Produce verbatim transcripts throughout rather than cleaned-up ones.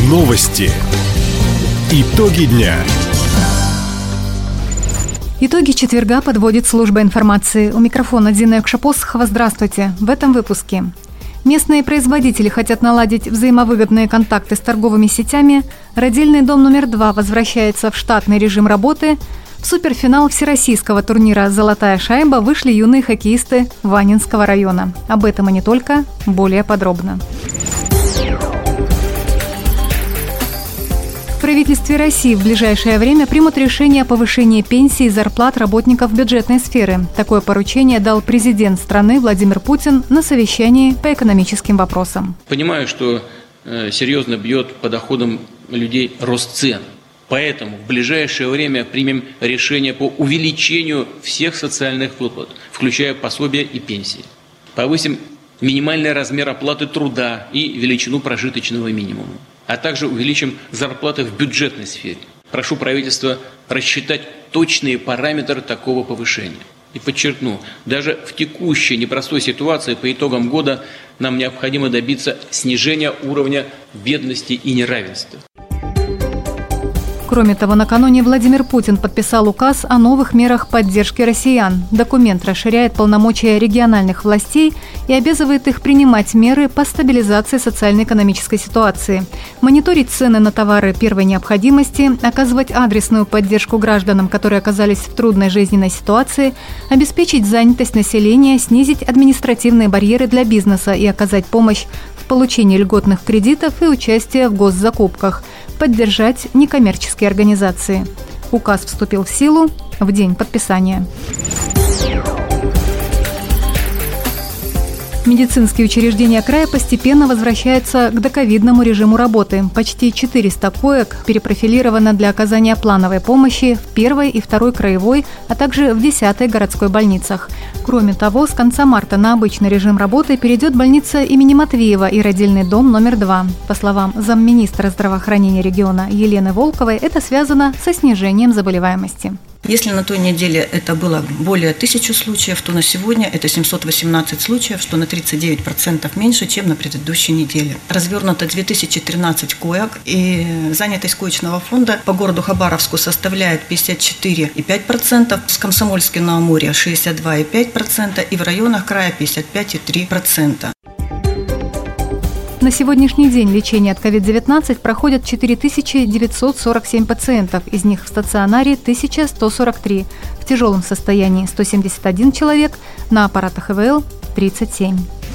Новости. Итоги дня. Итоги четверга подводит служба информации. У микрофона Дина Экшапосхова. Здравствуйте. В этом выпуске. Местные производители хотят наладить взаимовыгодные контакты с торговыми сетями. Родильный дом номер два возвращается в штатный режим работы. В суперфинал всероссийского турнира «Золотая шайба» вышли юные хоккеисты Ванинского района. Об этом и не только. Более подробно. В правительстве России в ближайшее время примут решение о повышении пенсий и зарплат работников бюджетной сферы. Такое поручение дал президент страны Владимир Путин на совещании по экономическим вопросам. Понимаю, что э, серьезно бьет по доходам людей рост цен. Поэтому в ближайшее время примем решение по увеличению всех социальных выплат, включая пособия и пенсии. Повысим минимальный размер оплаты труда и величину прожиточного минимума, а также увеличим зарплаты в бюджетной сфере. Прошу правительства рассчитать точные параметры такого повышения. И подчеркну, даже в текущей непростой ситуации по итогам года нам необходимо добиться снижения уровня бедности и неравенства. Кроме того, накануне Владимир Путин подписал указ о новых мерах поддержки россиян. Документ расширяет полномочия региональных властей и обязывает их принимать меры по стабилизации социально-экономической ситуации, мониторить цены на товары первой необходимости, оказывать адресную поддержку гражданам, которые оказались в трудной жизненной ситуации, обеспечить занятость населения, снизить административные барьеры для бизнеса и оказать помощь в получении льготных кредитов и участия в госзакупках, поддержать некоммерческие организации. Указ вступил в силу в день подписания. Медицинские учреждения края постепенно возвращаются к доковидному режиму работы. Почти четыреста коек перепрофилировано для оказания плановой помощи в первой и второй краевой, а также в десятой городской больницах. Кроме того, с конца марта на обычный режим работы перейдет больница имени Матвеева и родильный дом номер два. По словам замминистра здравоохранения региона Елены Волковой, это связано со снижением заболеваемости. Если на той неделе это было более тысячи случаев, то на сегодня это семьсот восемнадцать случаев, что на тридцать девять процентов меньше, чем на предыдущей неделе. Развернуто две тысячи тринадцать коек, и занятость коечного фонда по городу Хабаровску составляет пятьдесят четыре и пять десятых процента, в Комсомольске на Амуре шестьдесят два и пять десятых процента и в районах края пятьдесят пять и три десятых процента. На сегодняшний день лечение от ковид девятнадцать проходят четыре тысячи девятьсот сорок семь пациентов, из них в стационаре тысяча сто сорок три, в тяжелом состоянии сто семьдесят один человек, на аппаратах ИВЛ тридцать семь.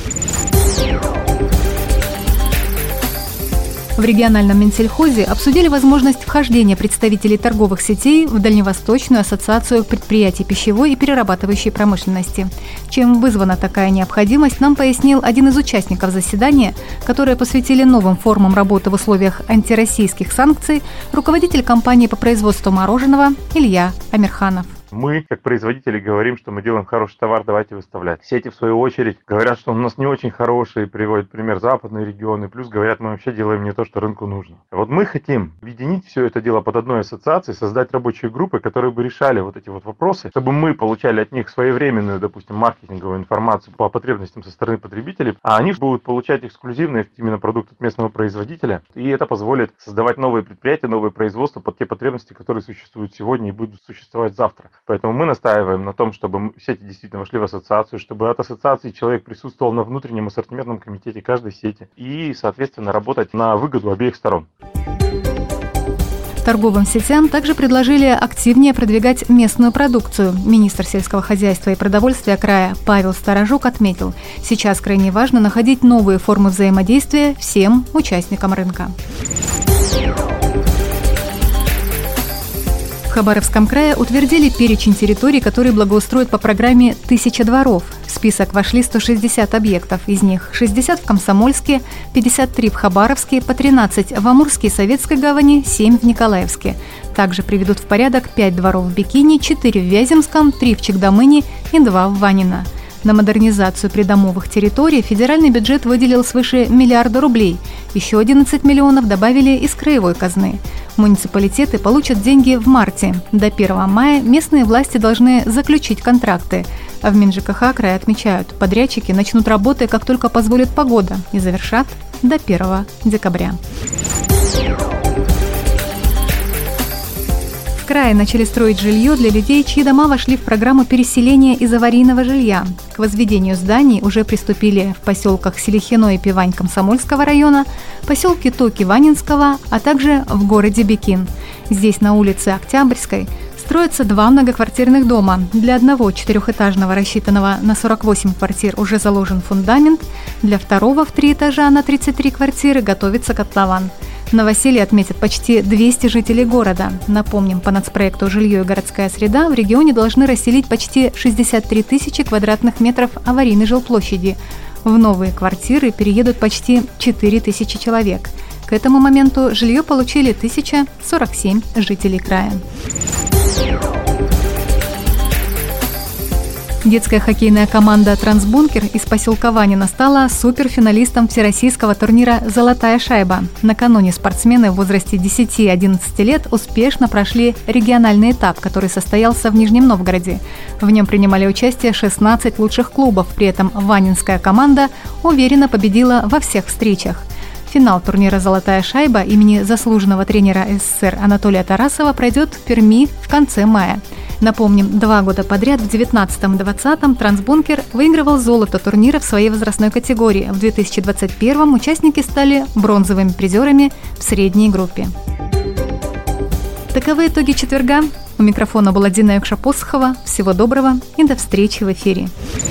В региональном Минсельхозе обсудили возможность вхождения представителей торговых сетей в Дальневосточную ассоциацию предприятий пищевой и перерабатывающей промышленности. Чем вызвана такая необходимость, нам пояснил один из участников заседания, которое посвятили новым формам работы в условиях антироссийских санкций, руководитель компании по производству мороженого Илья Амирханов. Мы, как производители, говорим, что мы делаем хороший товар, давайте выставлять. Сети, в свою очередь, говорят, что у нас не очень хорошие, приводят пример западные регионы, плюс говорят, мы вообще делаем не то, что рынку нужно. Вот мы хотим объединить все это дело под одной ассоциацией, создать рабочие группы, которые бы решали вот эти вот вопросы, чтобы мы получали от них своевременную, допустим, маркетинговую информацию по потребностям со стороны потребителей, а они будут получать эксклюзивный именно продукт от местного производителя, и это позволит создавать новые предприятия, новые производства под те потребности, которые существуют сегодня и будут существовать завтра. Поэтому мы настаиваем на том, чтобы сети действительно вошли в ассоциацию, чтобы от ассоциации человек присутствовал на внутреннем ассортиментном комитете каждой сети и, соответственно, работать на выгоду обеих сторон. Торговым сетям также предложили активнее продвигать местную продукцию. Министр сельского хозяйства и продовольствия края Павел Сторожук отметил, сейчас крайне важно находить новые формы взаимодействия всем участникам рынка. В Хабаровском крае утвердили перечень территорий, которые благоустроят по программе «Тысяча дворов». В список вошли сто шестьдесят объектов, из них шестьдесят в Комсомольске, пятьдесят три в Хабаровске, по тринадцать в Амурской и Советской гавани, семь в Николаевске. Также приведут в порядок пять дворов в Бикине, четыре в Вяземском, три в Чекдамыне и два в Ванино. На модернизацию придомовых территорий федеральный бюджет выделил свыше миллиарда рублей. Еще одиннадцать миллионов добавили из краевой казны. Муниципалитеты получат деньги в марте. До первого мая местные власти должны заключить контракты. А в МинЖКХ края отмечают, подрядчики начнут работы, как только позволит погода, и завершат до первого декабря. В крае начали строить жилье для людей, чьи дома вошли в программу переселения из аварийного жилья. К возведению зданий уже приступили в поселках Селихино и Пивань Комсомольского района, поселке Токи Ванинского, а также в городе Бекин. Здесь, на улице Октябрьской, строятся два многоквартирных дома. Для одного четырехэтажного, рассчитанного на сорок восемь квартир, уже заложен фундамент. Для второго в три этажа на тридцать три квартиры готовится котлован. Новоселье отметят почти двести жителей города. Напомним, по нацпроекту «Жилье и городская среда» в регионе должны расселить почти шестьдесят три тысячи квадратных метров аварийной жилплощади. В новые квартиры переедут почти четыре тысячи человек. К этому моменту жилье получили тысяча сорок семь жителей края. Детская хоккейная команда «Трансбункер» из поселка Ванина стала суперфиналистом всероссийского турнира «Золотая шайба». Накануне спортсмены в возрасте десяти-одиннадцати лет успешно прошли региональный этап, который состоялся в Нижнем Новгороде. В нем принимали участие шестнадцать лучших клубов, при этом ванинская команда уверенно победила во всех встречах. Финал турнира «Золотая шайба» имени заслуженного тренера СССР Анатолия Тарасова пройдет в Перми в конце мая. Напомним, два года подряд в девятнадцатом и двадцатом «Трансбункер» выигрывал золото турнира в своей возрастной категории. В две тысячи двадцать первом участники стали бронзовыми призерами в средней группе. Таковы итоги четверга. У микрофона была Дина Юкша-Посохова. Всего доброго и до встречи в эфире.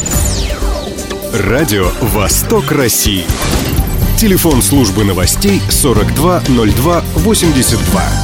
Радио «Восток России». Телефон службы новостей сорок два ноль два восемьдесят два.